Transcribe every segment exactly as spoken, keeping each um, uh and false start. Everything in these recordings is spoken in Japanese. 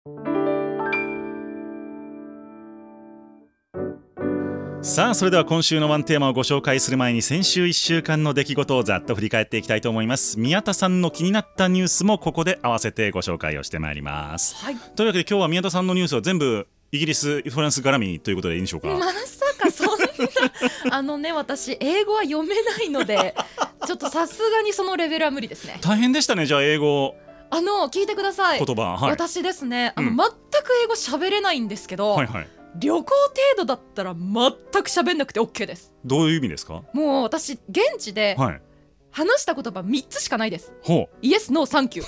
さあ、それでは今週のワンテーマをご紹介する前に、先週いっしゅうかんの出来事をざっと振り返っていきたいと思います。宮田さんの気になったニュースもここで合わせてご紹介をしてまいります、はい、というわけで今日は宮田さんのニュースは全部イギリスフランス絡みということでいいんでしょうか。 まさかそんなあのね、私英語は読めないのでちょっとさすがにそのレベルは無理ですね。 大変でしたね。じゃあ英語あの聞いてください。 言葉、はい、 私ですね、あの、 うん、 全く英語喋れないんですけど、 はいはい、 旅行程度だったら全く喋んなくて OK です。 どういう意味ですか。 もう私現地で話した言葉みっつしかないです。 ほう、 イエスノーサンキュー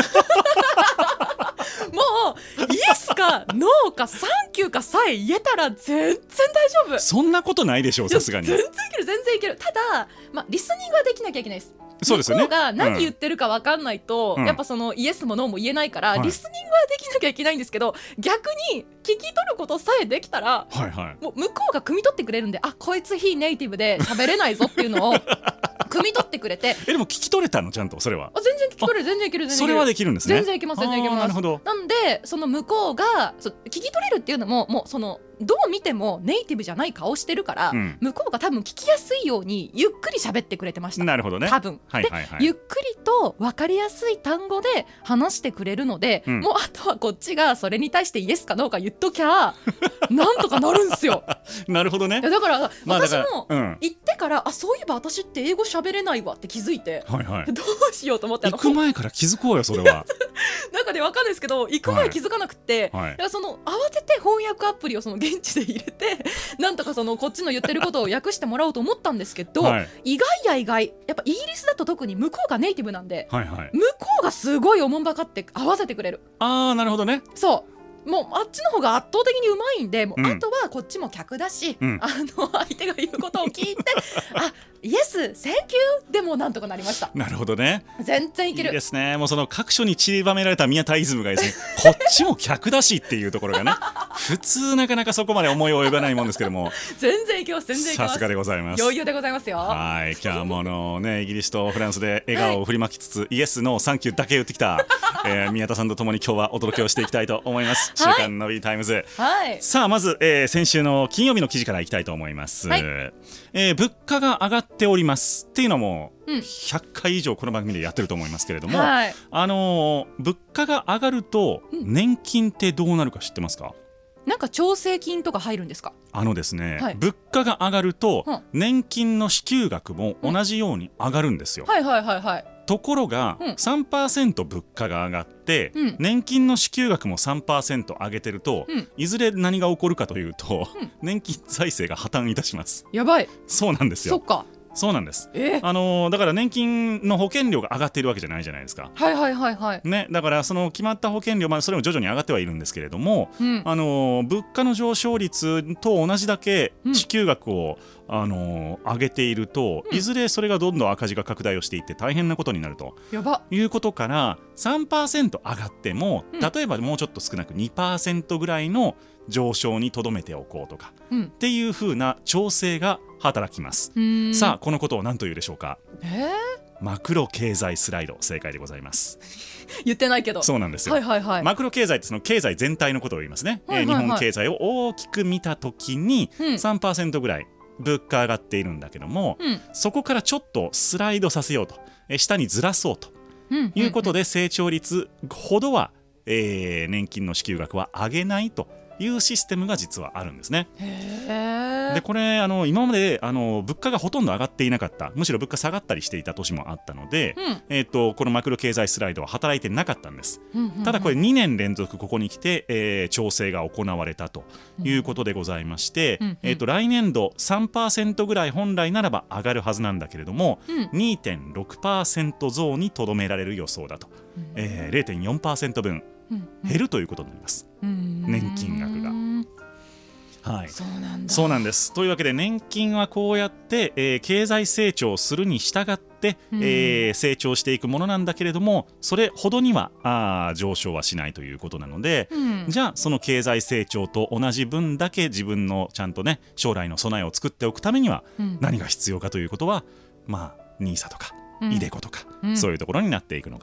もうイエスかノーかサンキューかさえ言えたら全然大丈夫。 そんなことないでしょう、さすがに。 全然いける全然いける。ただ、まあ、リスニングはできなきゃいけないです。 そうですよね。 向こうが何言ってるか分かんないと、うん、やっぱそのイエスもノーも言えないから、はい、リスニングはできなきゃいけないんですけど、逆に聞き取ることさえできたら、 はいはい、 もう向こうが汲み取ってくれるんで、あ、こいつ非ネイティブで喋れないぞっていうのを汲み取ってくれてえでも聞き取れたのちゃんと。それはあ全然聞き取れる、全然いける、全然いける。 それはできるんですね。 全然いけます、全然いけます。 なるほど。 なんでその向こうがそ聞き取れるっていうのも、もうそのどう見てもネイティブじゃない顔してるから、うん、向こうが多分聞きやすいようにゆっくり喋ってくれてました。 なるほどね。 多分、 はいはいはい、 でゆっくりと分かりやすい単語で話してくれるので、うん、もうあとはこっちがそれに対してイエスかノーか言っときゃなんとかなるんですよ。 なるほどね。 だから、まあ、私もうん、 行ってからあそういえば私って英語喋れないわって気づいて、はいはい、どうしようと思って。 行く前から気づこうよそれは。 なんかね分かんないですけど、行く前気づかなくて、はいはい、だからその慌てて翻訳アプリをその現地で入れてなんとかそのこっちの言ってることを訳してもらおうと思ったんですけど、はい、意外や意外、やっぱイギリスだと特に向こうがネイティブなんで、はいはい、向こうがすごいおもんばかって合わせてくれる。 あーなるほどね。 そうもうあっちの方が圧倒的にうまいんで、もうあとはこっちも客だし、うん、あの相手が言うことを聞いてあイエスセンキューでもなんとかなりました。 なるほどね。 全然いける。 いいですね。もうその各所に散りばめられた宮田イズムがですねこっちも客だしっていうところがね普通なかなかそこまで思い及ばないもんですけども全然いけます、全然いけます。 さすがでございます。 余裕でございますよ。 はい、今日もあの、ね、イギリスとフランスで笑顔を振りまきつつ、はい、イエスノーサンキューだけ言ってきた、えー、宮田さんとともに今日はお届けをしていきたいと思います。週刊の B タイムズ、はい、さあまず、えー、先週の金曜日の記事からいきたいと思います、はい、えー、物価が上がっておりますっていうのもひゃっかい以上この番組でやってると思いますけれども、はい、あのー、物価が上がると年金ってどうなるか知ってますか？ なんか調整金とか入るんですか？ あのですね、はい、物価が上がると年金の支給額も同じように上がるんですよ、うん、はいはいはいはい。ところが、うん、さんパーセント 物価が上がって、うん、年金の支給額も さんパーセント 上げてると、うん、いずれ何が起こるかというと、うん、年金財政が破綻いたします。 やばい。 そうなんですよ。 そっか。 そうなんです、えーあのー、だから年金の保険料が上がっているわけじゃないじゃないですか。 はいはいはいはい、ね、 だからその決まった保険料、まあ、それも徐々に上がってはいるんですけれども、うん、あのー、物価の上昇率と同じだけ支給額を、うん、あのー、上げていると、うん、いずれそれがどんどん赤字が拡大をしていって大変なことになるとやばいうことから、 さんパーセント 上がっても、うん、例えばもうちょっと少なく にパーセント ぐらいの上昇にとどめておこうとか、うん、っていう風な調整が働きます。さあこのことを何というでしょうか？えー、マクロ経済スライド。正解でございます言ってないけど。 そうなんですよ、 はいはいはい、 マクロ経済ってその経済全体のことを言いますね、はいはいはい、えー、日本経済を大きく見たときに さんパーセント ぐらい物価上がっているんだけども、うん、そこからちょっとスライドさせようと、えー、下にずらそうということで、成長率ほどは、えー、年金の支給額は上げないというシステムが実はあるんですね。へでこれあの今まであの物価がほとんど上がっていなかった、むしろ物価下がったりしていた年もあったので、うん、えー、とこのマクロ経済スライドは働いてなかったんです、うんうんうん、ただこれにねん連続ここに来て、えー、調整が行われたということでございまして、うんうんうん、えー、と来年度 さんパーセント ぐらい本来ならば上がるはずなんだけれども、うん、にてんろくパーセント 増にとどめられる予想だと、うん、えー、れいてんよんパーセント 分減るということになります、うん、年金額が。はい、そうなんだ。そうなんです。というわけで年金はこうやって、えー、経済成長するに従って、うん、えー、成長していくものなんだけれども、それほどにはあ上昇はしないということなので、うん、じゃあその経済成長と同じ分だけ自分のちゃんとね将来の備えを作っておくためには何が必要かということは、うん、まあニーサとかイデコとか、うん、そういうところになっていくのかなと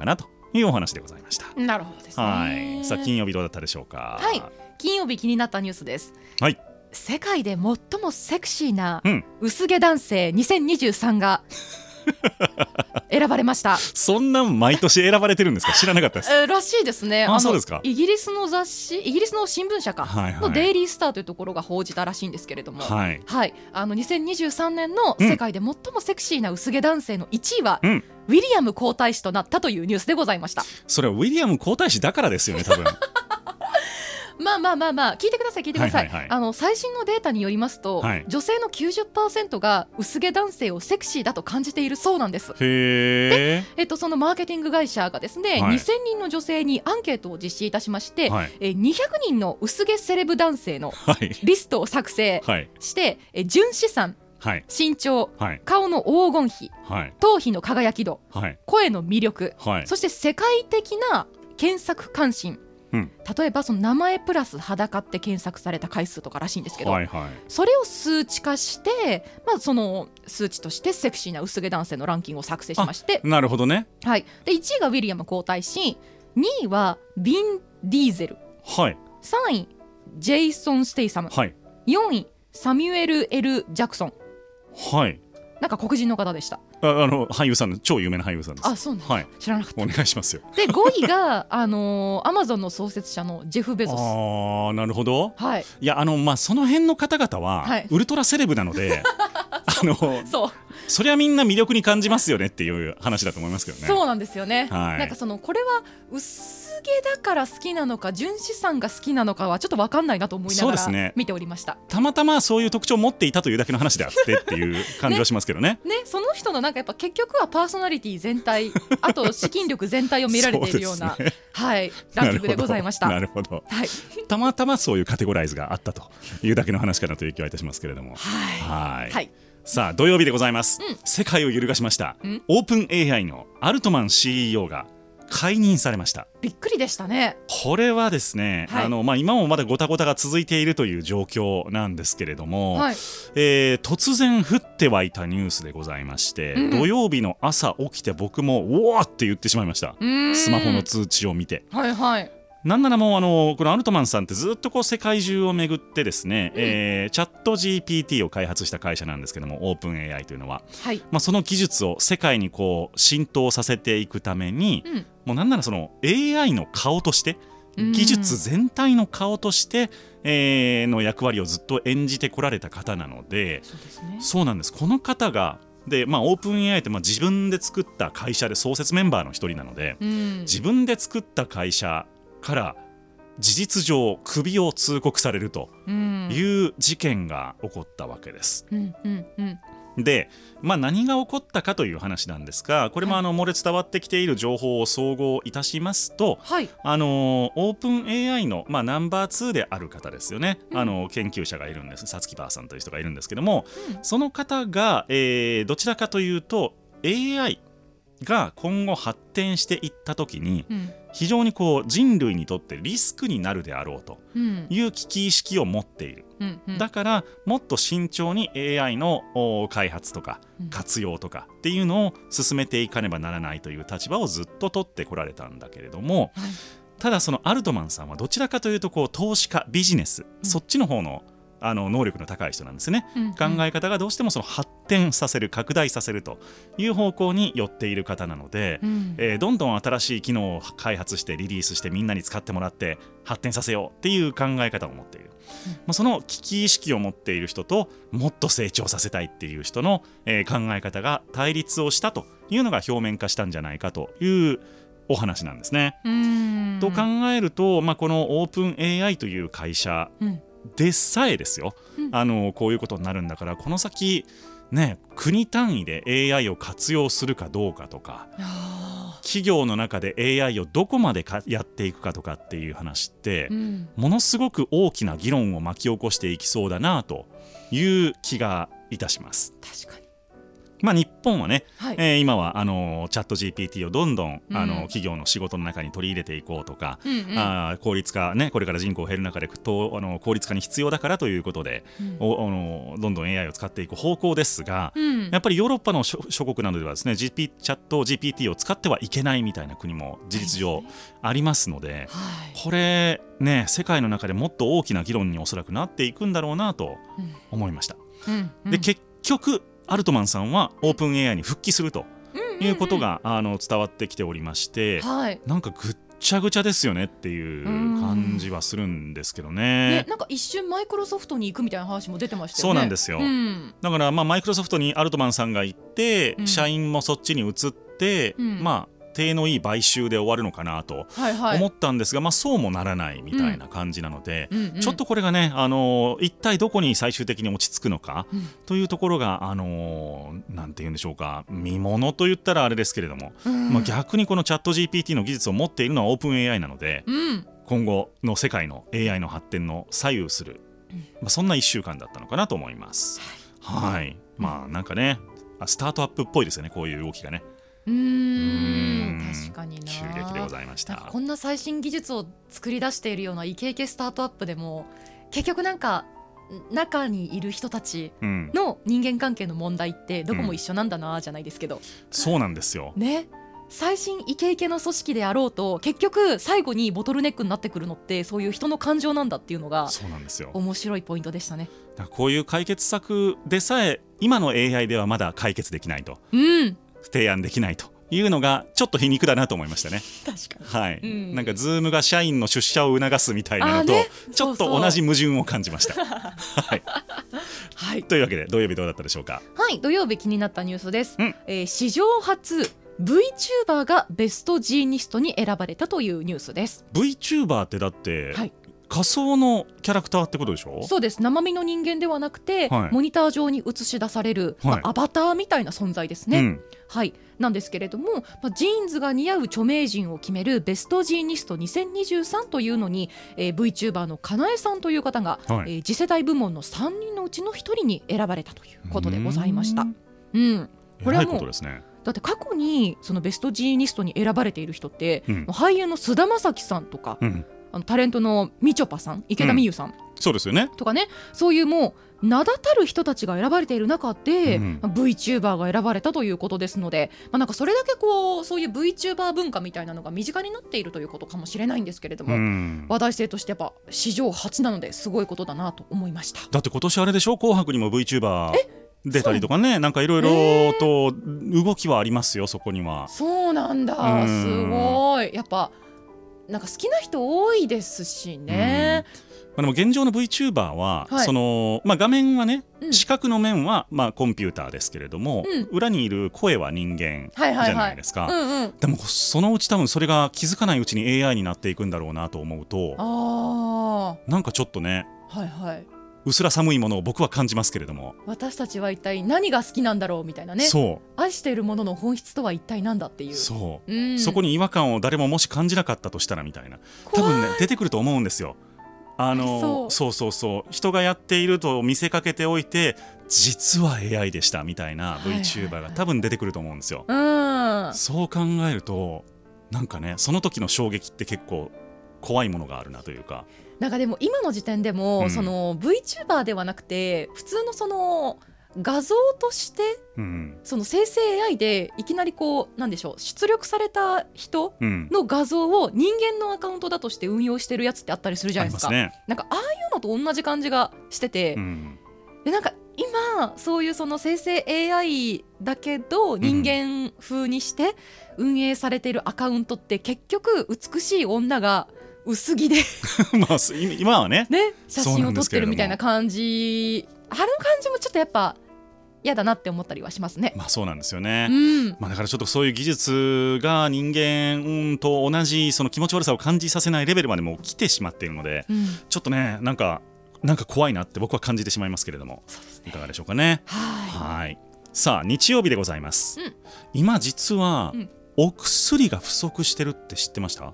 いうお話でございました。 なるほどですね。 はい、さあ金曜日どうだったでしょうか。 はい、金曜日気になったニュースです。 はい、 世界で最もセクシーな薄毛男性にせんにじゅうさんが選ばれました。 そんな毎年選ばれてるんですか？知らなかったです。 えー、らしいですね。 ああ、そうですか。 イギリスの雑誌、イギリスの新聞社か、はいはい、のデイリースターというところが報じたらしいんですけれども、はい、はい、あのにせんにじゅうさんねんの世界で最もセクシーな薄毛男性のいちいは、うん、ウィリアム皇太子となったというニュースでございました。それはウィリアム皇太子だからですよね、多分。 まあまあまあまあ聞いてください聞いてください、はいはいはい、あの最新のデータによりますと、はい、女性の きゅうじゅっパーセント が薄毛男性をセクシーだと感じているそうなんです。 へで、えっと、そのマーケティング会社がですね、はい、にせんにんの女性にアンケートを実施いたしまして、はい、えにひゃくにんの薄毛セレブ男性のリストを作成して、はい、え純資産、はい、身長、はい、顔の黄金比、はい、頭皮の輝き度、はい、声の魅力、はい、そして世界的な検索関心、うん、例えばその名前プラス裸って検索された回数とからしいんですけど、はいはい、それを数値化して、まあ、その数値としてセクシーな薄毛男性のランキングを作成しまして、 なるほどね、 はい、でいちいがウィリアム皇太子、にいはビン・ディーゼル、はい、さんいジェイソン・ステイサム、はい、よんいサミュエル・エル・ジャクソン、 はい、 なんか黒人の方でした。 ああの俳優さんの超有名な俳優さんです。 あ、そうなんです、はい、知らなかった。 お願いしますよ。 でごいがあのー、アマゾンの創設者のジェフ・ベゾス。 ああ、なるほど、 はい、 いやあの、まあ、その辺の方々は、はい、ウルトラセレブなのであのそうそりゃみんな魅力に感じますよねっていう話だと思いますけどね。 そうなんですよね、 はい、 なんかそのこれは薄毛だから好きなのか純資産が好きなのかはちょっと分かんないなと思いながら見ておりました、ね、 たまたまそういう特徴を持っていたというだけの話であってっていう感じはしますけどね。 ね, ねその人のなんかやっぱ結局はパーソナリティ全体あと資金力全体を見られているようなね、はい、ランキングでございました。 なるほど、 はい、 たまたまそういうカテゴライズがあったというだけの話かなという気はいたしますけれども、 はい、はいはい、 さあ土曜日でございます、うん、世界を揺るがしました、うん、オープン エーアイ のアルトマン シーイーオー が解任されました。 びっくりでしたね。 これはですね、はい、あのまあ、今もまだごたごたが続いているという状況なんですけれども、はい、えー、突然降って湧いたニュースでございまして、うん、土曜日の朝起きて僕もうわーって言ってしまいました。スマホの通知を見て、はいはい、なんならもうあのこのアルトマンさんってずっとこう世界中を巡ってですね、うん、えー、チャット ジーピーティー を開発した会社なんですけども、オープン エーアイ というのは、はい、まあ、その技術を世界にこう浸透させていくために、うん、もうなんならその エーアイ の顔として技術全体の顔として、えー、の役割をずっと演じてこられた方なので、そうですね、そうなんです。この方がで、まあ、オープン エーアイ ってまあ自分で作った会社で創設メンバーの一人なので、うん、自分で作った会社から事実上クビを通告されるという事件が起こったわけです、うんうんうん、で、まあ、何が起こったかという話なんですが、これもあの漏れ伝わってきている情報を総合いたしますと、はい、あのオープン エーアイ の、まあ、ナンバーツーである方ですよね、うん、あの研究者がいるんです。さつきばあさんという人がいるんですけども、うん、その方が、えー、どちらかというと エーアイ が今後発展していった時に、うん、非常にこう人類にとってリスクになるであろうという危機意識を持っている、うんうん、だからもっと慎重に エーアイ の開発とか活用とかっていうのを進めていかねばならないという立場をずっと取ってこられたんだけれども、はい、ただそのアルトマンさんはどちらかというとこう投資家ビジネス、うん、そっちの方のあの能力の高い人なんですね、うんうん、考え方がどうしてもその発展させる拡大させるという方向に寄っている方なので、うん、えー、どんどん新しい機能を開発してリリースしてみんなに使ってもらって発展させようっていう考え方を持っている、うん、まあ、その危機意識を持っている人ともっと成長させたいっていう人の、えー、考え方が対立をしたというのが表面化したんじゃないかというお話なんですね。うーんと考えると、まあ、このオープン エーアイ という会社、うん、でさえですよ、うん、あのこういうことになるんだから、この先ね、国単位で エーアイ を活用するかどうかとか、企業の中で エーアイ をどこまでかやっていくかとかっていう話って、うん、ものすごく大きな議論を巻き起こしていきそうだなという気がいたします。 確かにまあ、日本はね、 はい、 えー、今はあのチャット ジーピーティー をどんどん、うん、あの企業の仕事の中に取り入れていこうとか、うんうん、あ効率化ね、これから人口減る中でとあの効率化に必要だからということで、うん、おあのどんどん エーアイ を使っていく方向ですが、うん、やっぱりヨーロッパの諸国などではですね ジーピー チャット ジーピーティー を使ってはいけないみたいな国も事実上ありますので、はい、これね世界の中でもっと大きな議論におそらくなっていくんだろうなと思いました。うんうん、で結局アルトマンさんはオープン エーアイ に復帰するということが、うんうんうん、あの伝わってきておりまして、はい、なんかぐっちゃぐちゃですよねっていう感じはするんですけど ね, ねなんか一瞬マイクロソフトに行くみたいな話も出てましたよね。 そうなんですよ、うん、だからまあマイクロソフトにアルトマンさんが行って、うん、社員もそっちに移って、うん、まあ手のいい買収で終わるのかなと思ったんですが、はいはい、まあ、そうもならないみたいな感じなので、うんうんうん、ちょっとこれがね、あのー、一体どこに最終的に落ち着くのか、うん、というところが、あのー、なんて言うんでしょうか、見ものと言ったらあれですけれども、うん、まあ、逆にこのチャット ジーピーティー の技術を持っているのはオープン エーアイ なので、うん、今後の世界の エーアイ の発展の左右する、うん、まあ、そんないっしゅうかんだったのかなと思います。はい、はい、まあなんかねスタートアップっぽいですよね、こういう動きがね。 うーん確かにな、 襲撃でございました。 こんな最新技術を作り出しているようなイケイケスタートアップでも結局なんか中にいる人たちの人間関係の問題ってどこも一緒なんだなじゃないですけど、うん、 そうなんですよね。最新イケイケの組織であろうと結局最後にボトルネックになってくるのってそういう人の感情なんだっていうのがそうなんですよ、面白いポイントでしたね。 だからこういう解決策でさえ今の エーアイ ではまだ解決できないと、うん、提案できないというのがちょっと皮肉だなと思いましたね。 確かに、 はい、うん、なんか Zoom が社員の出社を促すみたいなのと、ね、ちょっと同じ矛盾を感じましたはい、はい、というわけで土曜日どうだったでしょうか。 はい、土曜日気になったニュースです、うん、えー、史上初 VTuber がベストジーニストに選ばれたというニュースです。 VTuber ってだって、はい、仮想のキャラクターってことでしょ。 そうです。生身の人間ではなくて、はい、モニター上に映し出される、はい、まあ、アバターみたいな存在ですね、うん、はい、なんですけれども、まあ、ジーンズが似合う著名人を決めるベストジーニストにせんにじゅうさんというのに、えー、VTuber のかなえさんという方が、はい、えー、次世代部門のさんにんのうちのひとりに選ばれたということでございました。うん、これはもう、ね、だって過去にそのベストジーニストに選ばれている人って、うん、俳優の菅田将暉さんとか、うん、あのタレントのみちょぱさん、池田美優さん、うん、 そうですよねとかね、そういうもう名だたる人たちが選ばれている中で、うん、まあ、VTuber が選ばれたということですので、まあ、なんかそれだけこうそういう VTuber 文化みたいなのが身近になっているということかもしれないんですけれども、うん、話題性としてやっぱ史上初なのですごいことだなと思いました。 だって今年あれでしょ、紅白にも VTuber 出たりとかね、なんかいろいろと動きはありますよ、そこには。 そうなんだ、うん、すごい。やっぱなんか好きな人多いですしね、 うん、まあ、でも現状の VTuber は、はい、そのまあ、画面はね、うん、視覚の面はまあコンピューターですけれども、うん、裏にいる声は人間じゃないですか。でもそのうち多分それが気づかないうちに エーアイ になっていくんだろうなと思うと、あなんかちょっとね、はいはい、うすら寒いものを僕は感じますけれども、 私たちは一体何が好きなんだろうみたいなね、そう愛しているものの本質とは一体なんだっていう、そう、うん、そこに違和感を誰ももし感じなかったとしたらみたいな、多分ね出てくると思うんですよ。あのそうそうそう人がやっていると見せかけておいて実は エーアイ でしたみたいな VTuber が多分出てくると思うんですよ、はいはいはい、そう考えるとなんかねその時の衝撃って結構怖いものがあるなというか、 なんかでも今の時点でも、うん、その VTuber ではなくて普通のその画像として、うん、その生成 エーアイ でいきなりこうなんでしょう出力された人の画像を人間のアカウントだとして運用してるやつってあったりするじゃないですか。ありますね。なんかああいうのと同じ感じがしてて、うん、でなんか今そういうその生成 エーアイ だけど人間風にして運営されているアカウントって結局美しい女が薄着でまあ今は ね, ね写真を撮ってるみたいな感じ、あの感じもちょっとやっぱ嫌だなって思ったりはしますね。 まあそうなんですよね、うん、まあ、だからちょっとそういう技術が人間と同じその気持ち悪さを感じさせないレベルまでも来てしまっているので、うん、ちょっとねなんかなんか怖いなって僕は感じてしまいますけれども、そうですね、いかがでしょうかね。はいはいさあ日曜日でございます、うん、今実は、うん、お薬が不足してるって知ってました？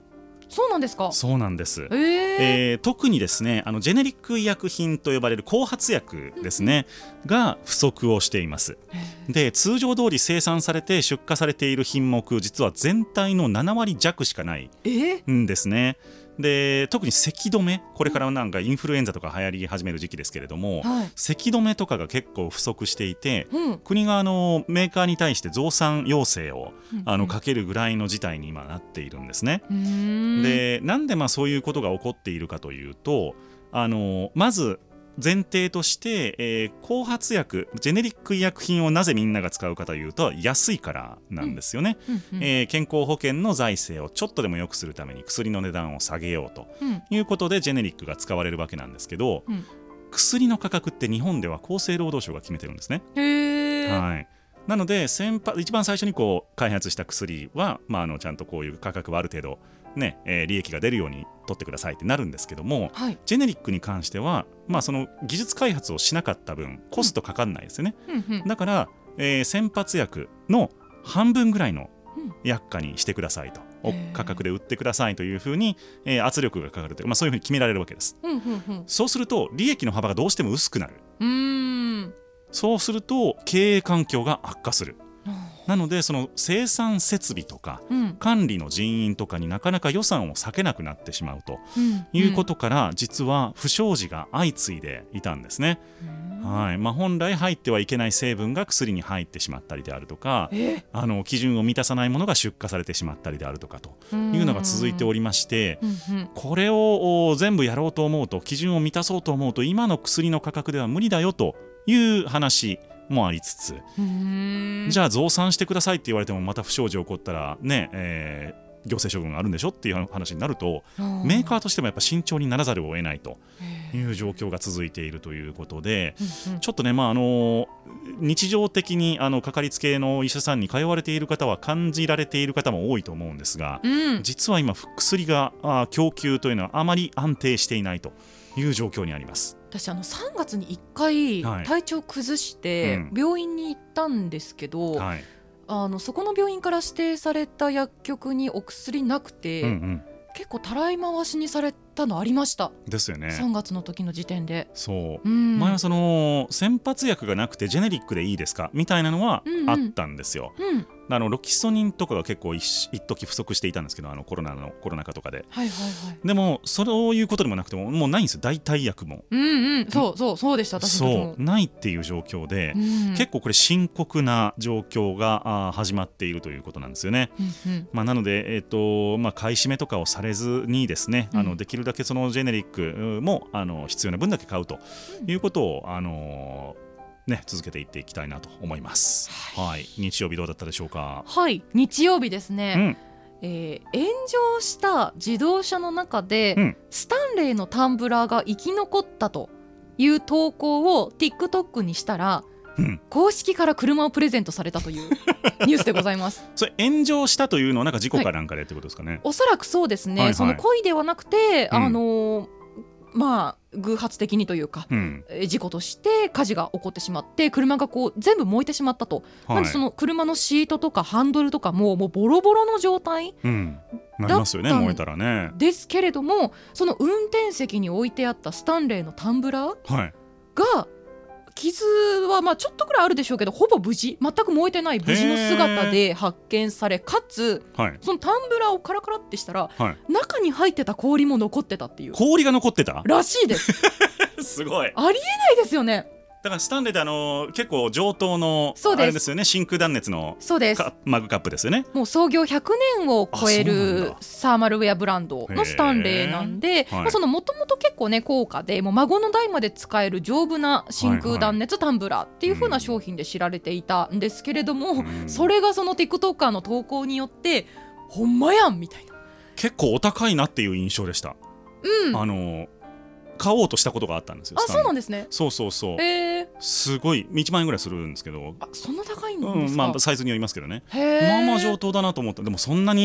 そうなんですか。 そうなんです、 えーえー、特にですねあのジェネリック医薬品と呼ばれる後発薬ですね、うん、が不足をしています。で通常通り生産されて出荷されている品目実は全体のななわり弱しかないんですね。で特に咳止め、これからなんかインフルエンザとか流行り始める時期ですけれども、はい、咳止めとかが結構不足していて、うん、国があのメーカーに対して増産要請を、うん、あのかけるぐらいの事態に今なっているんですね。でなんでまあそういうことが起こっているかというと、あのまず前提として、えー、後発薬ジェネリック医薬品をなぜみんなが使うかというと安いからなんですよね、うんうんうんえー、健康保険の財政をちょっとでも良くするために薬の値段を下げようということでジェネリックが使われるわけなんですけど、うん、薬の価格って日本では厚生労働省が決めてるんですね。 へー、 はい、なので先一番最初にこう開発した薬は、まあ、あのちゃんとこういう価格はある程度ねえー、利益が出るように取ってくださいってなるんですけども、はい、ジェネリックに関しては、まあ、その技術開発をしなかった分コストかかんないですよね、うんうんうん、だから、えー、先発薬の半分ぐらいの薬価にしてくださいと、うん、価格で売ってくださいというふうに、えー、圧力がかかるというか、まあ、そういうふうに決められるわけです、うんうんうん、そうすると利益の幅がどうしても薄くなる。うーんそうすると経営環境が悪化する。なのでその生産設備とか管理の人員とかになかなか予算を割けなくなってしまうということから、実は不祥事が相次いでいたんですね。はいまあ、本来入ってはいけない成分が薬に入ってしまったりであるとか、あの基準を満たさないものが出荷されてしまったりであるとかというのが続いておりまして、これを全部やろうと思うと、基準を満たそうと思うと今の薬の価格では無理だよという話もありつつ、じゃあ増産してくださいって言われてもまた不祥事起こったらね、えー、行政処分があるんでしょっていう話になると、メーカーとしてもやっぱ慎重にならざるを得ないという状況が続いているということで、ちょっとね、まあ、あの日常的にあのかかりつけの医者さんに通われている方は感じられている方も多いと思うんですが、うん、実は今薬があ供給というのはあまり安定していないという状況にあります。 私あのさんがつにいっかい体調崩して病院に行ったんですけど、はい、あのそこの病院から指定された薬局にお薬なくて、うんうん、結構たらい回しにされたのありましたですよね。 さんがつの時の時点で。 そう、うん、前はその先発薬がなくてジェネリックでいいですかみたいなのはあったんですよ、うんうん、あのロキソニンとかが結構一時不足していたんですけど、あのコロナのコロナ禍とかで、はいはいはい、でもそういうことでもなくてももうないんですよ、代替薬も、 うんうん、そうそうそうでした。私の時もそうないっていう状況で、うん、結構これ深刻な状況が始まっているということなんですよね、うんうんまあ、なので、えーとまあ、買い占めとかをされずにですね、うん、あのできるだけそのジェネリックもあの必要な分だけ買うということを、あのーね、続けていっていきたいなと思います、はいはい、日曜日どうだったでしょうか。 はい日曜日ですね、うんえー、炎上した自動車の中で、うん、スタンレーのタンブラーが生き残ったという投稿を TikTok にしたら、うん、公式から車をプレゼントされたというニュースでございますそれ炎上したというのはなんか事故かなんかでってことですかね、はい、 おそらくそうですね、はいはい、その故意ではなくて、うん、あのーまあ偶発的にというか、うん、事故として火事が起こってしまって車がこう全部燃えてしまったと、はい、なんでその車のシートとかハンドルとかももうボロボロの状態、うん、 なりますよね、燃えたらね。 ですけれども、その運転席に置いてあったスタンレーのタンブラーが、はい傷はまあちょっとくらいあるでしょうけどほぼ無事、全く燃えてない無事の姿で発見され、かつ、はい、そのタンブラーをカラカラってしたら、はい、中に入ってた氷も残ってたっていう。 氷が残ってたらしいですすごいありえないですよね。 だからスタンレーってあの結構上等のあれですよね、真空断熱のそうですマグカップですよね。 もう創業ひゃくねんを超えるサーマルウェアブランドのスタンレーなんで、もともと結構ね高価でもう孫の代まで使える丈夫な真空断熱タンブラーっていう風な商品で知られていたんですけれども、うん、それがその TikToker の投稿によってほんまやんみたいな、 結構お高いなっていう印象でした。うん、あの買おうとしたことがあったんですよ。 あ、そうなんですね。 そうそうそう、えー、すごいいちまんえんぐらいするんですけど。 あ、そんな高いんですか。 うん、まあサイズによりますけどね。まあまあ上等だなと思った。でもそんなに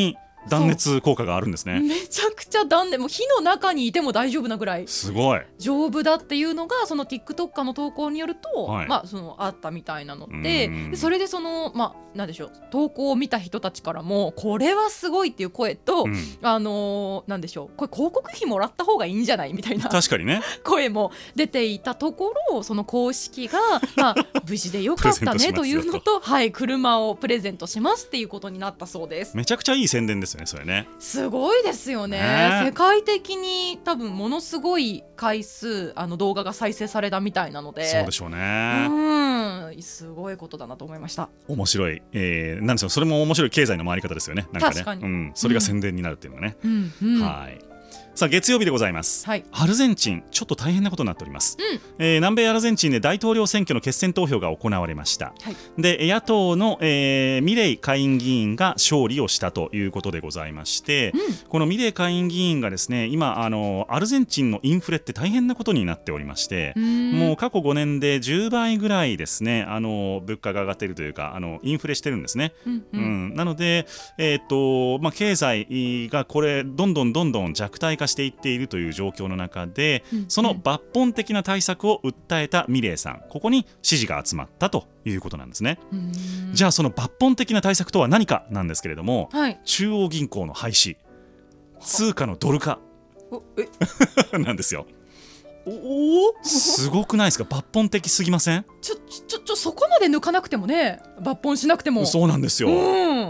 断熱効果があるんですね。 めちゃくちゃ断熱、もう火の中にいても大丈夫なぐらいすごい丈夫だっていうのがその TikToker の投稿によると、 はい、 まあそのあったみたいなので、でそれでそのまあなんでしょう、投稿を見た人たちからもこれはすごいっていう声と、うん、あのー、なんでしょう、これ広告費もらった方がいいんじゃないみたいな確かにね声も出ていたところ、その公式が、まあ、無事でよかったねというのと、はい、車をプレゼントしますっていうことになったそうです。 めちゃくちゃいい宣伝ですよねそれね。 すごいですよね、ね、世界的に多分ものすごい回数あの動画が再生されたみたいなので、 そうでしょうね、 うん、すごいことだなと思いました。 面白い、えー、なんでしょう、それも面白い経済の回り方ですよね。なんかね、 確かに、 うん、それが宣伝になるっていうのがね、 うんうんうん、 はい。さあ月曜日でございます、はい、アルゼンチンちょっと大変なことになっております、うん、えー、南米アルゼンチンで大統領選挙の決選投票が行われました、はい、で野党の、えー、ミレイ下院議員が勝利をしたということでございまして、うん、このミレイ下院議員がですね、今あのアルゼンチンのインフレって大変なことになっておりまして、もう過去ごねんでじゅうばいぐらいですね、あの物価が上がっているというか、あのインフレしてるんですね、うんうんうん、なので、えーとまあ、経済がこれどんどんどんどん弱体化していっているという状況の中で、うんうん、その抜本的な対策を訴えたミレイさん、ここに支持が集まったということなんですね。じゃあその抜本的な対策とは何かなんですけれども、はい、中央銀行の廃止、通貨のドル化なんですよ。おすごくないですか、抜本的すぎません？ ちょちょちょそこまで抜かなくてもね、抜本しなくても。 そうなんですよ、うん、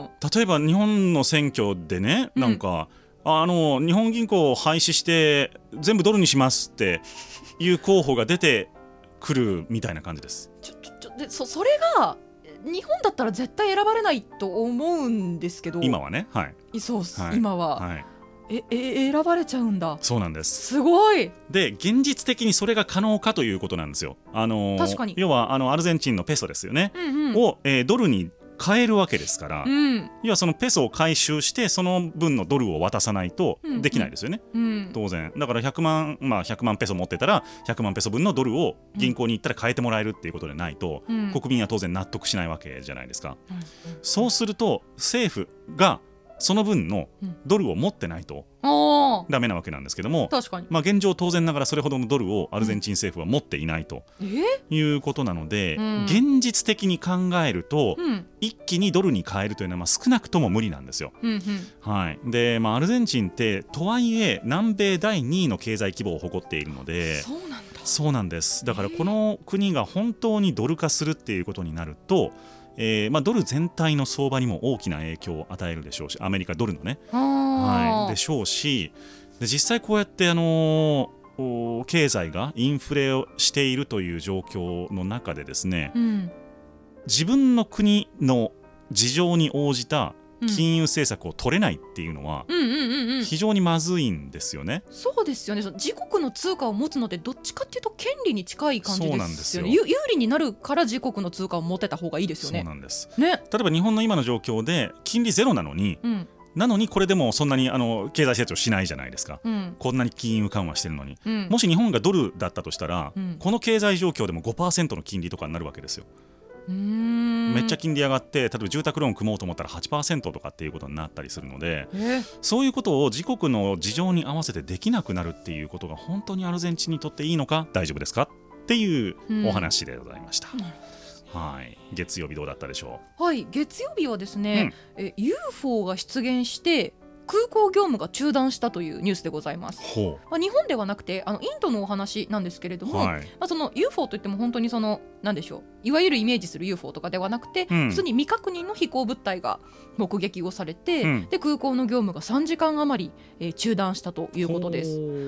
例えば日本の選挙でね、なんか、うん、あの日本銀行を廃止して全部ドルにしますっていう候補が出てくるみたいな感じです。 ちょちょちょで そ, それが日本だったら絶対選ばれないと思うんですけど、 今はね、はい、 そうっす、はい、今は、はい、ええ選ばれちゃうんだ。 そうなんです。 すごい。 で現実的にそれが可能かということなんですよ。あのー、 確かに。 要はあのアルゼンチンのペソですよね、うんうん、を、えー、ドルに変えるわけですから、うん、要はそのペソを回収してその分のドルを渡さないとできないですよね、うんうん、当然だからひゃくまん、まあ、ひゃくまんペソ持ってたらひゃくまんペソ分のドルを銀行に行ったら変えてもらえるっていうことでないと、うん、国民は当然納得しないわけじゃないですか、うんうん、そうすると政府がその分のドルを持ってないとダメなわけなんですけども、 確かに、 まあ、現状当然ながらそれほどのドルをアルゼンチン政府は持っていないということなので、うん、現実的に考えると、うん、一気にドルに変えるというのはまあ少なくとも無理なんですよ、うんうん、はいでまあ、アルゼンチンってとはいえ南米だいにいの経済規模を誇っているので、 そうなんだ。 そうなんです。だからこの国が本当にドル化するっていうことになると、えーまあ、ドル全体の相場にも大きな影響を与えるでしょうし、アメリカドルのね、はい、でしょうし、で実際こうやって、あのー、経済がインフレをしているという状況の中でですね、うん、自分の国の事情に応じた金融政策を取れないっていうのは非常にまずいんですよね。 そうですよね。自国の通貨を持つのってどっちかっていうと権利に近い感じですよね。そうなんですよ。有利になるから自国の通貨を持てた方がいいですよね。 そうなんです、 ね、 例えば日本の今の状況で金利ゼロなのに、うん、なのにこれでもそんなにあの経済成長しないじゃないですか、うん、こんなに金融緩和してるのに、うん、もし日本がドルだったとしたら、うん、この経済状況でも ごパーセント の金利とかになるわけですよ。うーん、めっちゃ金利上がって、例えば住宅ローン組もうと思ったら はちパーセント とかっていうことになったりするので、そういうことを自国の事情に合わせてできなくなるっていうことが本当にアルゼンチンにとっていいのか、大丈夫ですかっていうお話でございました。はい、月曜日どうだったでしょう。はい、月曜日はですね、うん、え ユーフォー が出現して空港業務が中断したというニュースでございます。まあ、日本ではなくてあのインドのお話なんですけれども、はい、まあ、その ユーフォー といっても本当にその何でしょう、いわゆるイメージする ユーフォー とかではなくて、うん、普通に未確認の飛行物体が目撃をされて、うん、で空港の業務がさんじかん余り、えー、中断したということです。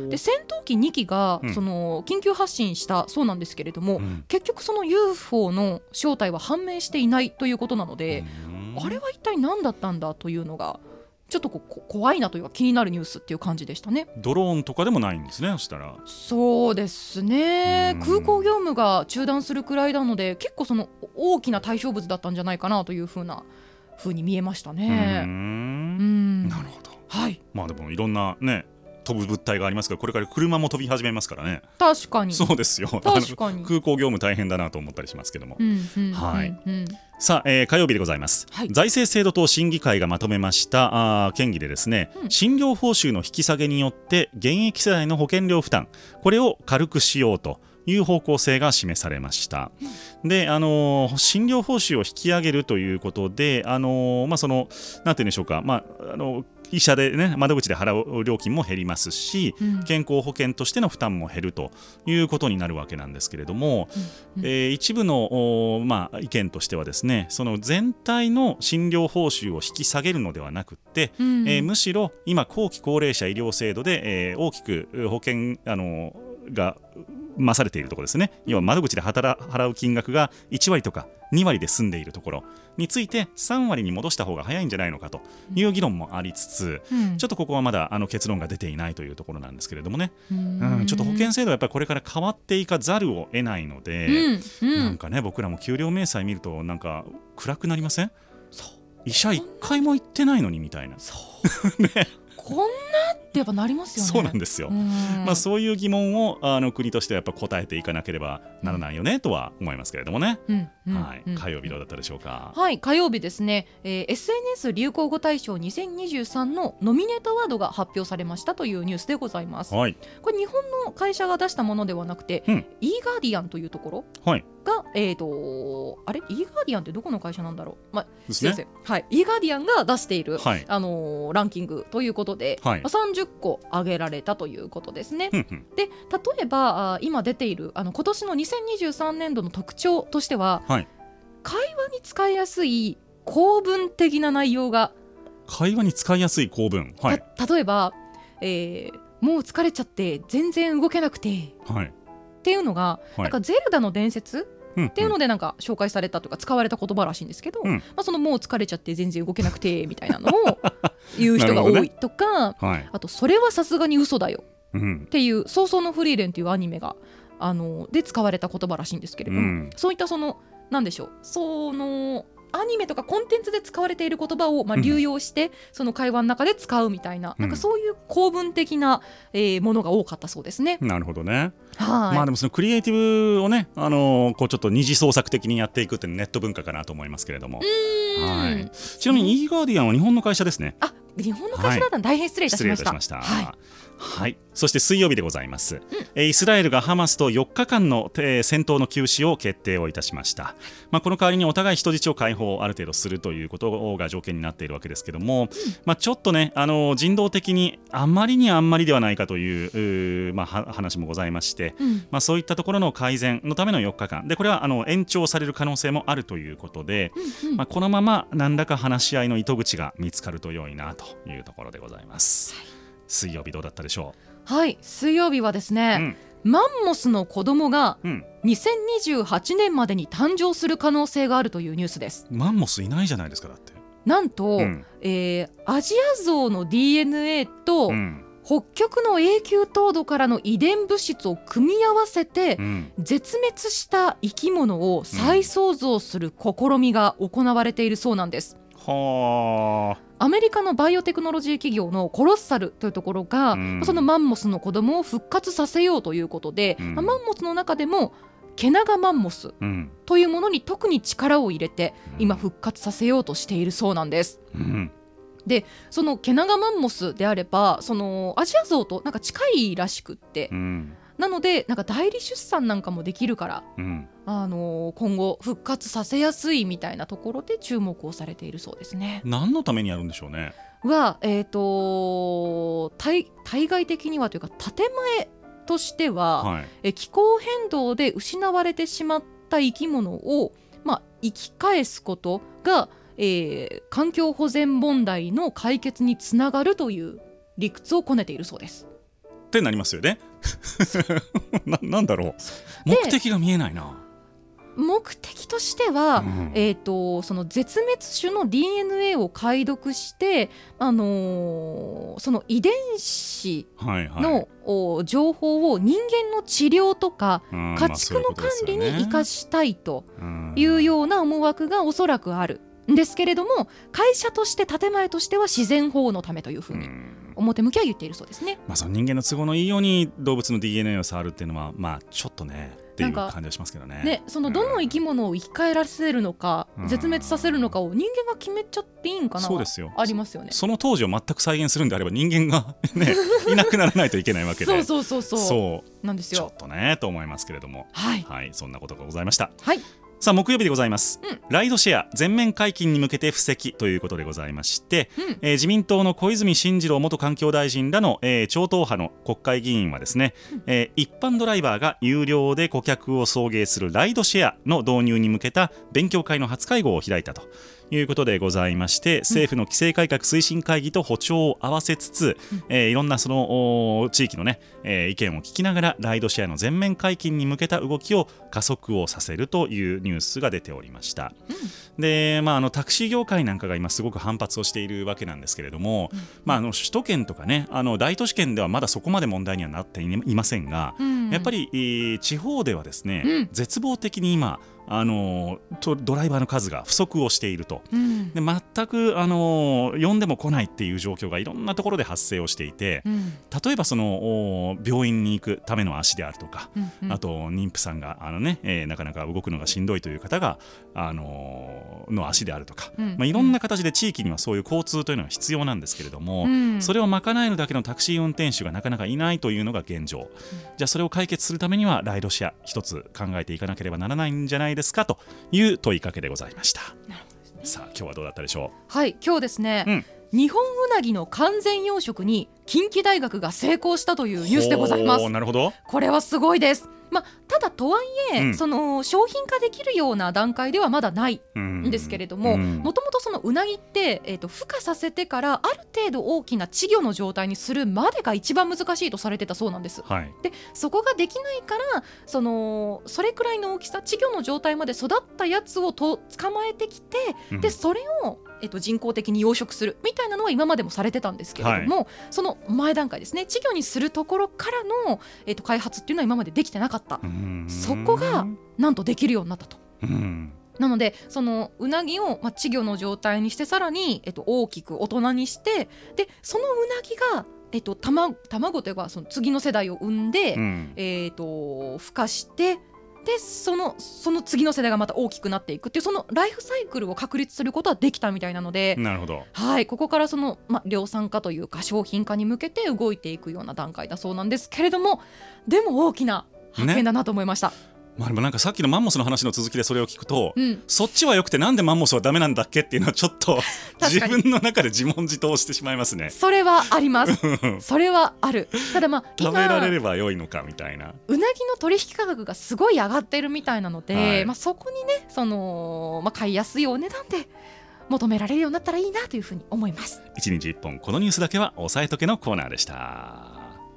で戦闘機にきが、うん、その緊急発進したそうなんですけれども、うん、結局その ユーフォー の正体は判明していないということなので、あれは一体何だったんだというのがちょっとここ怖いなというか気になるニュースっていう感じでしたね。 ドローンとかでもないんですね。そしたらそうですね、空港業務が中断するくらいなので結構その大きな対象物だったんじゃないかなというふうなふうに見えましたね。うーん、なるほど、はい、 まあでもいろんなね飛ぶ物体がありますから、これから車も飛び始めますからね。 確かにそうですよ。 確かに空港業務大変だなと思ったりしますけども、うんうんうんうん、はい。 さあ、えー、火曜日でございます、はい、財政制度等審議会がまとめましたあ県議でですね、うん、診療報酬の引き下げによって現役世代の保険料負担、これを軽くしようという方向性が示されました、うん、で、あのー、診療報酬を引き上げるということで、あのーまあ、そのなんていうんでしょうか、まああのー医者で、ね、窓口で払う料金も減りますし、うん、健康保険としての負担も減るということになるわけなんですけれども、うんうん、えー、一部の、まあ、意見としてはですね、その全体の診療報酬を引き下げるのではなくって、うん、えー、むしろ今後期高齢者医療制度で、えー、大きく保険あのが増されているところですね、要は窓口で働払う金額がいちわりとかにわりで済んでいるところについてさんわりに戻した方が早いんじゃないのかという議論もありつつ、うん、ちょっとここはまだあの結論が出ていないというところなんですけれどもね、うん、うん、ちょっと保険制度はやっぱりこれから変わっていかざるを得ないので、うんうん、なんかね、僕らも給料明細見るとなんか暗くなりません？そう、医者一回も行ってないのにみたいな、そうね、 こんなってやっぱなりますよね。 そうなんですよ。まあ、そういう疑問をあの国としてはやっぱ答えていかなければならないよねとは思いますけれどもね、うんうんはいうん、火曜日どうだったでしょうか。 はい、火曜日ですね、えー、エスエヌエス 流行語大賞にせんにじゅうさんのノミネートワードが発表されましたというニュースでございます、はい、これ日本の会社が出したものではなくて、うん、イーガーディアンというところが、はいえー、とあれイーガーディアンってどこの会社なんだろう、まあね、すいません、はい、イーガーディアンが出している、はいあのー、ランキングということで、はいまあ、さんじゅっこ挙げられたということですね。で、例えばあ今出ているあの今年のにせんにじゅうさんねんどの特徴としては、はい、会話に使いやすい構文的な内容が会話に使いやすい構文、はい、 例えば、えー、もう疲れちゃって全然動けなくて、はい、っていうのが、はい、なんかゼルダの伝説っていうのでなんか紹介されたとか使われた言葉らしいんですけど、うんまあ、そのもう疲れちゃって全然動けなくてみたいなのを言う人が多いとか、ねはい、あとそれはさすがに嘘だよっていう早々のフリーレンというアニメがあので使われた言葉らしいんですけれども、うん、そういったそのなんでしょうそのアニメとかコンテンツで使われている言葉をまあ流用して、うん、その会話の中で使うみたいな、うん、なんかそういう構文的な、えー、ものが多かったそうですね。 なるほどね。はいまあでもそのクリエイティブをね、あのー、こうちょっと二次創作的にやっていくってネット文化かなと思いますけれども、はい、ちなみにイーガーディアンは日本の会社ですね。 あ、日本の会社だったら大変失礼いたしました。 はい、失礼いたしました。はいはい、そして水曜日でございます、うん、イスラエルがハマスとよっかかんの、えー、戦闘の休止を決定をいたしました、まあ、この代わりにお互い人質を解放ある程度するということが条件になっているわけですけども、うんまあ、ちょっとね、あの人道的にあんまりにあんまりではないかという、まあ、話もございまして、うんまあ、そういったところの改善のためのよっかかんで、これはあの延長される可能性もあるということで、うんうんまあ、このまま何らか話し合いの糸口が見つかると良いなというところでございます、はい、水曜日どうだったでしょう。 はい、水曜日はですね、うん、マンモスの子供がにせんにじゅうはちねんまでに誕生する可能性があるというニュースです。 マンモスいないじゃないですか。だってなんと、うんえー、アジアゾウの ディーエヌエー と、うん、北極の永久凍土からの遺伝物質を組み合わせて、うん、絶滅した生き物を再創造する試みが行われているそうなんです。はあ。アメリカのバイオテクノロジー企業のコロッサルというところが、うん、そのマンモスの子供を復活させようということで、うんまあ、マンモスの中でもケナガマンモスというものに特に力を入れて、うん、今復活させようとしているそうなんです、うん、でそのケナガマンモスであればそのアジアゾウとなんか近いらしくって、うんなのでなんか代理出産なんかもできるから、うんあのー、今後復活させやすいみたいなところで注目をされているそうですね。 何のためにやるんでしょうね。 は、えーと、対、対外的にはというか建前としては、はい、え気候変動で失われてしまった生き物を、まあ、生き返すことが、えー、環境保全問題の解決につながるという理屈をこねているそうです。 ってなりますよねな, なんだろう目的が見えないな。 目的としては、うんえー、とその絶滅種の ディーエヌエー を解読して、あのー、その遺伝子の、はいはい、情報を人間の治療とか、うん、家畜の管理に生かしたいというような思惑がおそらくあるんですけれども、会社として建前としては自然保護のためというふうに表向きは言っているそうですね。 まあ、その人間の都合のいいように動物の ディーエヌエー を触るっていうのは、まあ、ちょっとねっていう感じがしますけどね。 ね、そのどの生き物を生き返らせるのか、うん、絶滅させるのかを人間が決めちゃっていいんかな。 そうですよ。 ありますよね。 その当時を全く再現するんであれば人間が、ね、いなくならないといけないわけでそうそうそうそうそうなんですよ。 ちょっとねと思いますけれども、 はい、 はい、そんなことがございました。 はい。 さあ木曜日でございます、 うん、 ライドシェア全面解禁に向けて布石ということでございまして、 うんえー、自民党の小泉進次郎元環境大臣らの、えー、超党派の国会議員はですね、うんえー、一般ドライバーが有料で顧客を送迎するライドシェアの導入に向けた勉強会の初会合を開いたということでございまして、政府の規制改革推進会議と歩調を合わせつつ、うんえー、いろんなその地域の、ねえー、意見を聞きながらライドシェアの全面解禁に向けた動きを加速をさせるというニュースが出ておりました、うんでまあ、あのタクシー業界なんかが今すごく反発をしているわけなんですけれども、うんまあ、あの首都圏とか、ね、あの大都市圏ではまだそこまで問題にはなっていませんが、うん、やっぱり、えー、地方ではですね、うん、絶望的に今あのドライバーの数が不足をしていると、うん、で全くあの呼んでも来ないっていう状況がいろんなところで発生をしていて、うん、例えばその病院に行くための足であるとか、うんうん、あと妊婦さんがあの、ねえー、なかなか動くのがしんどいという方があのの足であるとか、うんまあ、いろんな形で地域にはそういう交通というのが必要なんですけれども、うん、それを賄えるだけのタクシー運転手がなかなかいないというのが現状、うん、じゃあそれを解決するためにはライドシェア一つ考えていかなければならないんじゃないですかという問いかけでございました。なるほどですね。さあ今日はどうだったでしょう。 はい今日ですね、うん日本うなぎの完全養殖に近畿大学が成功したというニュースでございます。 なるほど。 これはすごいです。まあ、ただとはいえ、うん、その商品化できるような段階ではまだないんですけれども、もともとそのうなぎって、えーと、孵化させてからある程度大きな稚魚の状態にするまでが一番難しいとされてたそうなんです、はい、でそこができないからそのそれくらいの大きさ稚魚の状態まで育ったやつをと捕まえてきて、うん、でそれをえっと、人工的に養殖するみたいなのは今までもされてたんですけれども、はい、その前段階ですね稚魚にするところからの、えっと、開発っていうのは今までできてなかった。そこがなんとできるようになったと。うんなのでそのうなぎを、まあ、稚魚の状態にしてさらに、えっと、大きく大人にしてでそのうなぎが、えっと、卵, 卵というかその次の世代を産んで、うんえっと、孵化してでそのその次の世代がまた大きくなっていくっていうそのライフサイクルを確立することはできたみたいなので、 なるほど、 はい、ここからその、ま、量産化というか商品化に向けて動いていくような段階だそうなんですけれども、でも大きな発見だなと思いました、ねまあ、でもなんかさっきのマンモスの話の続きでそれを聞くと、うん、そっちは良くてなんでマンモスはダメなんだっけっていうのはちょっと自分の中で自問自答してしまいますね。 それはありますそれはある。ただまあ今食べられれば良いのかみたいなうなぎの取引価格がすごい上がってるみたいなので、はいまあ、そこにねその、まあ、買いやすいお値段で求められるようになったらいいなというふうに思います。 いちにちいっぽんこのニュースだけは押さえとけのコーナーでした。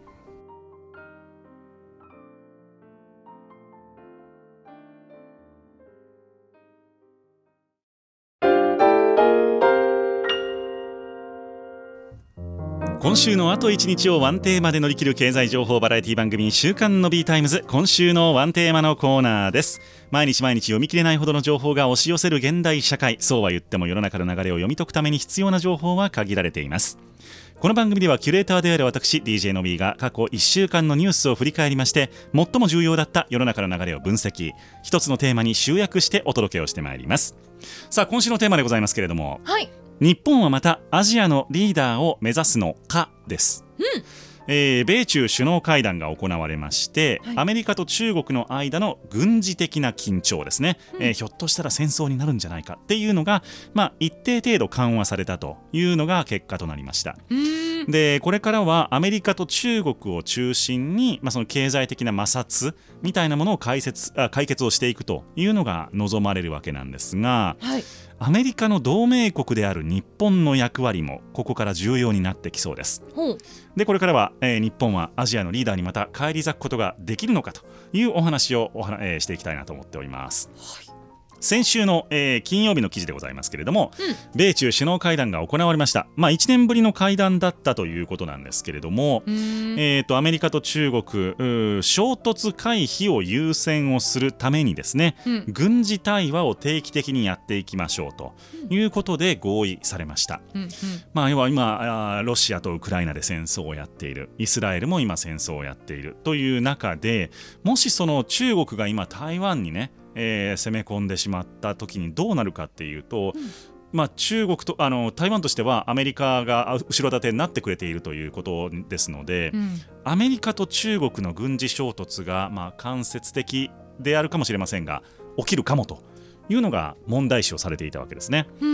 今週のあといちにちをワンテーマで乗り切る経済情報バラエティ番組週刊の B タイムズ、今週のワンテーマのコーナーです。毎日毎日読み切れないほどの情報が押し寄せる現代社会、そうは言っても世の中の流れを読み解くために必要な情報は限られています。この番組ではキュレーターである私 ディージェー の B が過去いっしゅうかんのニュースを振り返りまして最も重要だった世の中の流れを分析、一つのテーマに集約してお届けをしてまいります。さあ今週のテーマでございますけれども、 はい日本はまたアジアのリーダーを目指すのかです、 うんえー、米中首脳会談が行われまして、はい、アメリカと中国の間の軍事的な緊張ですね、うんえー、ひょっとしたら戦争になるんじゃないかっていうのが、まあ、一定程度緩和されたというのが結果となりました。でこれからはアメリカと中国を中心に、まあ、その経済的な摩擦みたいなものを解説あ解決をしていくというのが望まれるわけなんですが、 はいアメリカの同盟国である日本の役割もここから重要になってきそうです。でこれからは、えー、日本はアジアのリーダーにまた返り咲くことができるのかというお話をおは、えー、していきたいなと思っております。 はい先週の、えー、金曜日の記事でございますけれども、うん、米中首脳会談が行われました。まあ、いちねんぶりの会談だったということなんですけれども、えー、とアメリカと中国衝突回避を優先をするためにですね、うん、軍事対話を定期的にやっていきましょうということで合意されました。うんうん、まあ、要は今ロシアとウクライナで戦争をやっている、イスラエルも今戦争をやっているという中で、もしその中国が今台湾にねえー、攻め込んでしまった時にどうなるかっていうと、うん、まあ、中国とあの台湾としてはアメリカが後ろ盾になってくれているということですので、うん、アメリカと中国の軍事衝突が、まあ、間接的であるかもしれませんが起きるかもというのが問題視をされていたわけですね。うん、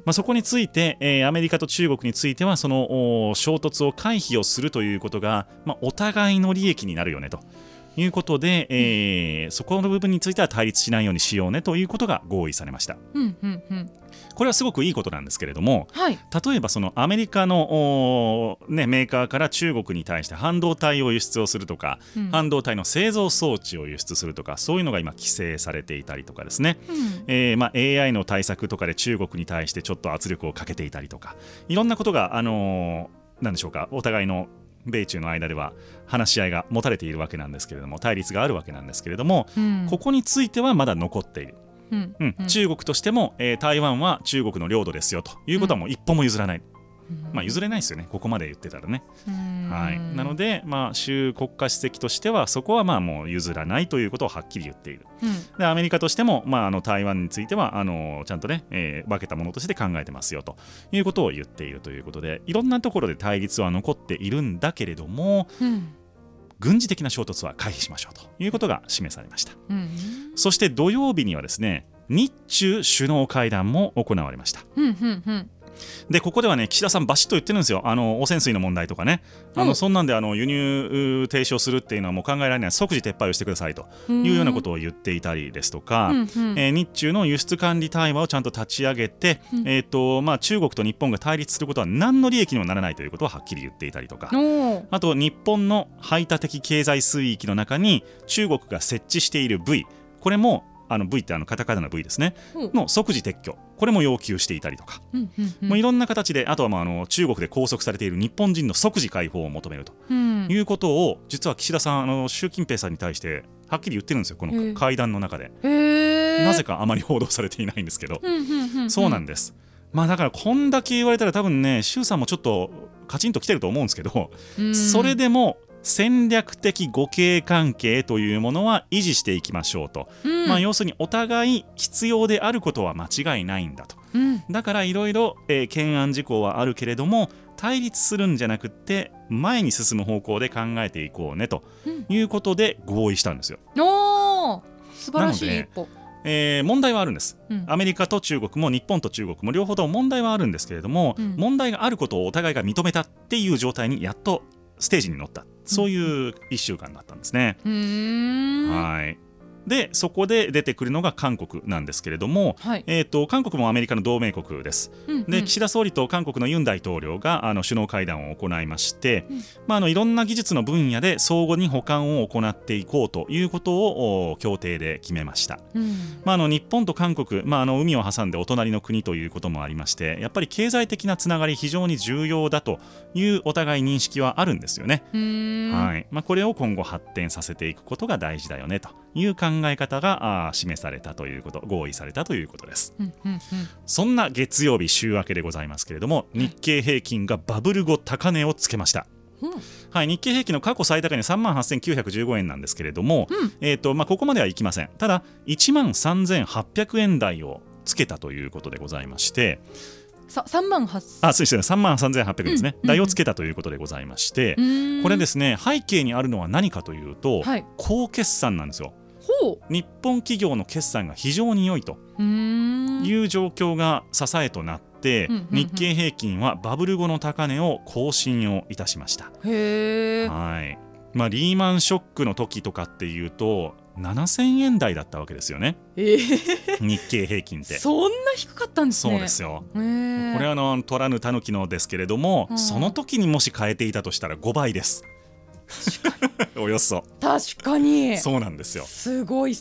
まあ、そこについて、えー、アメリカと中国についてはその衝突を回避をするということが、まあ、お互いの利益になるよねということで、えー、そこの部分については対立しないようにしようねということが合意されました。うんうんうん、これはすごくいいことなんですけれども、はい、例えばそのアメリカの、ね、メーカーから中国に対して半導体を輸出をするとか、うん、半導体の製造装置を輸出するとか、そういうのが今規制されていたりとかですね、うん、えーまあ、エーアイ の対策とかで中国に対してちょっと圧力をかけていたりとか、いろんなことが、あのー、なんでしょうか、お互いの米中の間では話し合いが持たれているわけなんですけれども、対立があるわけなんですけれども、うん、ここについてはまだ残っている。うんうんうん、中国としても、えー、台湾は中国の領土ですよということはもう一歩も譲らない、うん、まあ、譲れないですよね、ここまで言ってたらね。はい、なので、まあ、習国家主席としてはそこはまあもう譲らないということをはっきり言っている。うん、でアメリカとしても、まあ、あの台湾についてはあのちゃんとね、えー、分けたものとして考えてますよということを言っているということで、いろんなところで対立は残っているんだけれども、うん、軍事的な衝突は回避しましょうということが示されました。うん、そして土曜日にはですね、日中首脳会談も行われました。うんうんうん、でここではね、岸田さんバシッと言ってるんですよ。あの汚染水の問題とかね、あの、うん、そんなんであの輸入停止をするっていうのはもう考えられない、即時撤廃をしてくださいというようなことを言っていたりですとか、うんうん、えー、日中の輸出管理対話をちゃんと立ち上げて、うん、えーとまあ、中国と日本が対立することは何の利益にもならないということをはっきり言っていたりとか、あと日本の排他的経済水域の中に中国が設置している部位、これもあの V ってあのカタカナの V ですね、うん、の即時撤去、これも要求していたりとか、うんうんうん、もういろんな形で、あとはまああの中国で拘束されている日本人の即時解放を求めると、うん、いうことを実は岸田さん、あの習近平さんに対してはっきり言ってるんですよ、この会談の中で。なぜかあまり報道されていないんですけど、うんうんうんうん、そうなんです。まあ、だからこんだけ言われたら多分ね、習さんもちょっとカチンときてると思うんですけど、うん、それでも戦略的互恵関係というものは維持していきましょうと、うん、まあ、要するにお互い必要であることは間違いないんだと、うん、だからいろいろ懸案事項はあるけれども対立するんじゃなくって前に進む方向で考えていこうねということで合意したんですよ。うん、おー、素晴らしい一歩。えー、問題はあるんです、うん、アメリカと中国も日本と中国も両方とも問題はあるんですけれども、うん、問題があることをお互いが認めたっていう状態にやっとステージに乗った、そういういっしゅうかんだったんですね。うーん、はい。でそこで出てくるのが韓国なんですけれども、はい、えー、と韓国もアメリカの同盟国です、うんうん、で岸田総理と韓国のユン大統領があの首脳会談を行いまして、うん、まあ、あのいろんな技術の分野で相互に補完を行っていこうということを協定で決めました、うん、まあ、あの日本と韓国、まあ、あの海を挟んでお隣の国ということもありまして、やっぱり経済的なつながり非常に重要だというお互い認識はあるんですよね。うーん、はい、まあ、これを今後発展させていくことが大事だよねという考え方が示されたということ、合意されたということです、うんうんうん、そんな月曜日週明けでございますけれども、日経平均がバブル後高値をつけました、うん、はい、日経平均の過去最高値 さんまんはっせんきゅうひゃくじゅうごえんなんですけれども、うん、えーとまあ、ここまではいきません。ただいちまんさんぜんはっぴゃくえん台をつけたということでございまして、 ささんまんはっせん、 あ、そうですね、さんまんさんぜんはっぴゃくえんですね、うん、台をつけたということでございまして、うん、これですね、背景にあるのは何かというと、はい、高決算なんですよ。日本企業の決算が非常に良いという状況が支えとなって、うんうんうん、日経平均はバブル後の高値を更新をいたしました。へー、はい、まあ、リーマンショックの時とかっていうとななせんえん台だったわけですよね、えー、日経平均ってそんな低かったんですね。 そうですよ、えー、これはあの取らぬ狸のですけれども、うん、その時にもし変えていたとしたらごばいです。確かにおよそ確かにそうなんですよ。 すごい差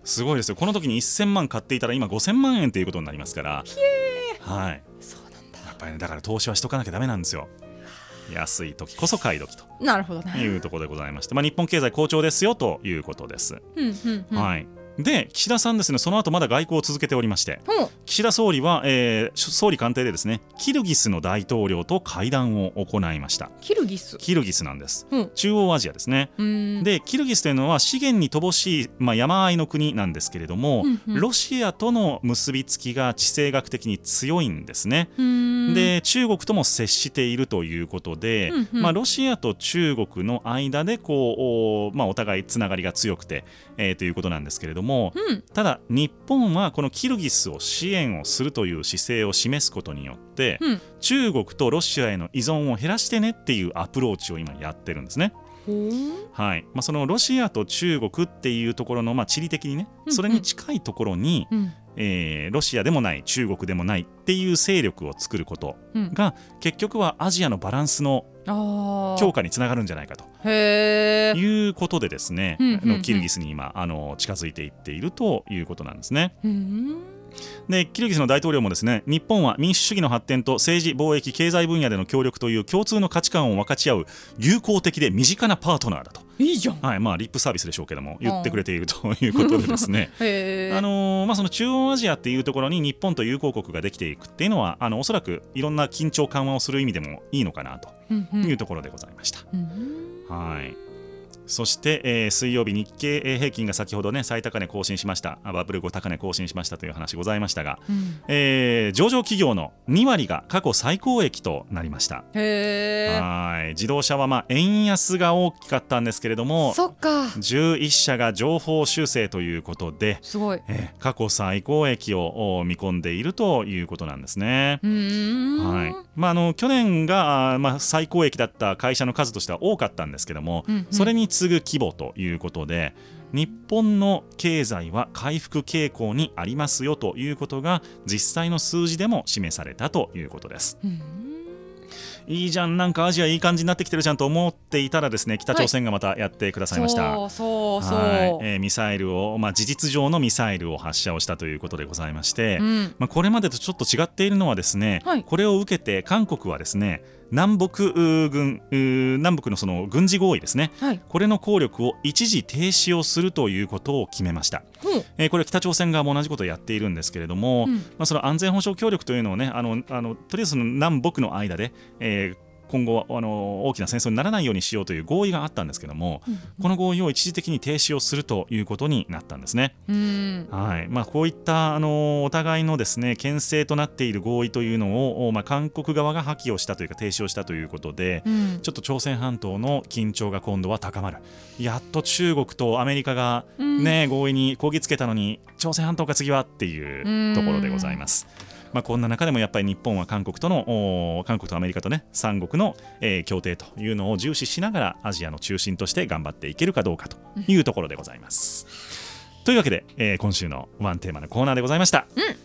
すごいですよ。この時にせんまん買っていたら今ごせんまんえんということになりますから。はい。 そうなんだ。 やっぱりね、だから投資はしとかなきゃダメなんですよ。安い時こそ買い時となるほど、ね、 いうところでございまして、まあ、日本経済好調ですよということです。 うんうんうん、 はい。で岸田さんですね、その後まだ外交を続けておりまして、うん、岸田総理は、えー、総理官邸でですねキルギスの大統領と会談を行いました。 キルギスキルギスなんです、 うん、 中央アジアですね。でキルギスというのは資源に乏しい、まあ、山あいの国なんですけれども、うんうん、ロシアとの結びつきが地政学的に強いんですね。で中国とも接しているということで、うんうん、まあ、ロシアと中国の間でこう お,、まあ、お互いつながりが強くて、えー、ということなんですけれども、うん、ただ日本はこのキルギスを支援をするという姿勢を示すことによって、うん、中国とロシアへの依存を減らしてねっていうアプローチを今やってるんですね。はい、まあ、そのロシアと中国っていうところの、まあ、地理的にね、うんうん、それに近いところに、うん、えー、ロシアでもない中国でもないっていう勢力を作ることが、うん、結局はアジアのバランスの強化につながるんじゃないかということでですね、うんうんうん、キルギスに今あの近づいていっているということなんですね。うん、でキルギスの大統領もですね、日本は民主主義の発展と政治貿易経済分野での協力という共通の価値観を分かち合う友好的で身近なパートナーだと。 いいじゃん、 はい、まあ、リップサービスでしょうけども言ってくれているということでですねあのーまあ、その中央アジアっていうところに日本と友好国ができていくっていうのはあのおそらくいろんな緊張緩和をする意味でもいいのかなというところでございました。うんうん、はい。そして、えー、水曜日日経平均が先ほどね最高値更新しました。バブル後高値更新しましたという話ございましたが、うん、えー、上場企業のにわりが過去最高益となりました。 へー。はい。自動車はまあ円安が大きかったんですけれども、 そっか、 じゅういっしゃが上方修正ということですごい、 えー、過去最高益を見込んでいるということなんですね。 うーん、 はい。まあ、あの去年が、まあ、最高益だった会社の数としては多かったんですけども、うんうん、それに次ぐ規模ということで日本の経済は回復傾向にありますよということが実際の数字でも示されたということです。うん、いいじゃん、なんかアジアいい感じになってきてるじゃんと思っていたらですね、北朝鮮がまたやってくださいました。 はい、そうそうそう、 はい、えー、ミサイルを、まあ、事実上のミサイルを発射をしたということでございまして、うん、まあ、これまでとちょっと違っているのはですね、はい、これを受けて韓国はですね南北軍南北のその軍事合意ですね、はい、これの効力を一時停止をするということを決めました。うん、えー、これ北朝鮮側も同じことをやっているんですけれども、うん、まあ、その安全保障協力というのをねあのあのとりあえずその南北の間で、えー今後あの大きな戦争にならないようにしようという合意があったんですけども、うん、この合意を一時的に停止をするということになったんですね。うん、はい。まあ、こういったあのお互いのですね牽制となっている合意というのを、まあ、韓国側が破棄をしたというか停止をしたということで、うん、ちょっと朝鮮半島の緊張が今度は高まる。やっと中国とアメリカが、ね、うん、合意にこぎつけたのに朝鮮半島か次はっていうところでございます。まあ、こんな中でもやっぱり日本は韓国との韓国とアメリカとね三国の、えー、協定というのを重視しながらアジアの中心として頑張っていけるかどうかというところでございます。うん、というわけで、えー、今週のワンテーマのコーナーでございました。うん